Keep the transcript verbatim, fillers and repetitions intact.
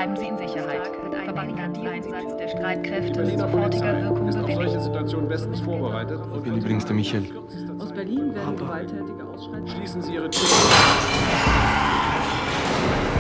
Bleiben Sie in Sicherheit. Verband Einsatz der Streitkräfte mit sofortiger Wirkung ist auf solche bewilligt. Situationen bestens vorbereitet. Ich bin übrigens der Michael. Aus Berlin werden gewalttätige Ausschreitungen. Schließen Sie Ihre Tür.